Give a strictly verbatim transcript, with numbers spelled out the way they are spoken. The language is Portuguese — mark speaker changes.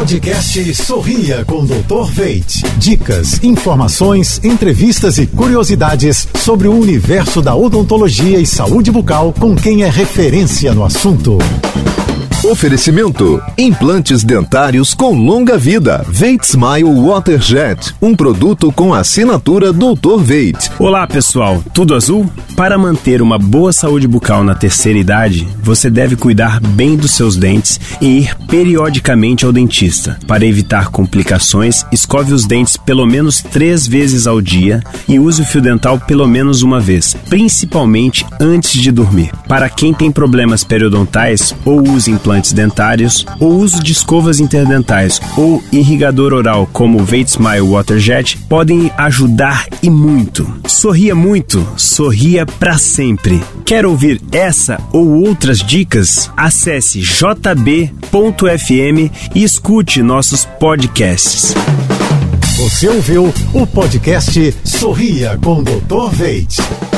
Speaker 1: Podcast Sorria com doutor Veit. Dicas, informações, entrevistas e curiosidades sobre o universo da odontologia e saúde bucal com quem é referência no assunto.
Speaker 2: Oferecimento: implantes dentários com longa vida. Veit Smile Waterjet, um produto com assinatura doutor Veit.
Speaker 3: Olá pessoal, tudo azul? Para manter uma boa saúde bucal na terceira idade, você deve cuidar bem dos seus dentes e ir periodicamente ao dentista. Para evitar complicações, escove os dentes pelo menos três vezes ao dia e use o fio dental pelo menos uma vez, principalmente antes de dormir. Para quem tem problemas periodontais ou usa implantes dentários, o uso de escovas interdentais ou irrigador oral como o Veit Smile Waterjet podem ajudar e muito. Sorria muito, sorria pra sempre. Quer ouvir essa ou outras dicas? Acesse j b ponto f m e escute nossos podcasts.
Speaker 1: Você ouviu o podcast Sorria com doutor Veit.